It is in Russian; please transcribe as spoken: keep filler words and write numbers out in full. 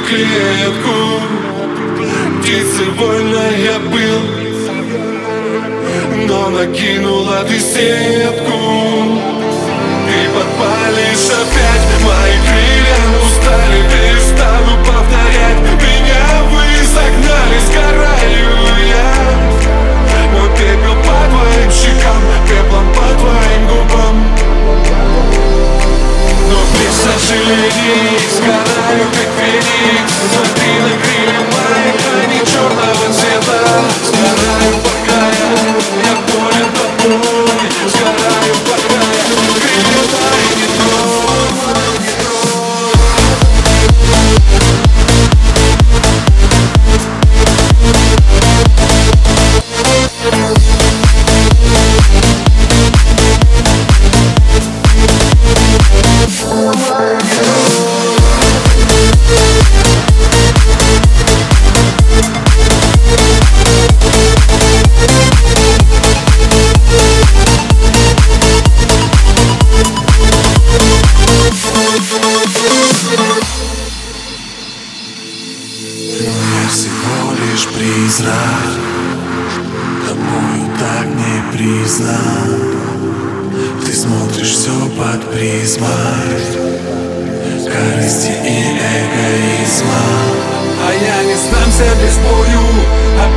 клетку. Птицей вольно я был, но накинула ты сетку. Ты подпалишь опять мои крылья, устали, перестану повторять. Меня вы загнали, сгораю я. Мой пепел по твоим щекам, пеплом по твоим губам. Но без сожалений сгораю, как феникс. Смотри на крылья мои, они черного цвета. Сгораю, пока я, я болен тобой. Сгораю, пока я, крылья мои не трогай, не трогай. Всего лишь призрак, тобою так не признан. Ты смотришь все под призмой корысти и эгоизма. А я не сдамся без бою.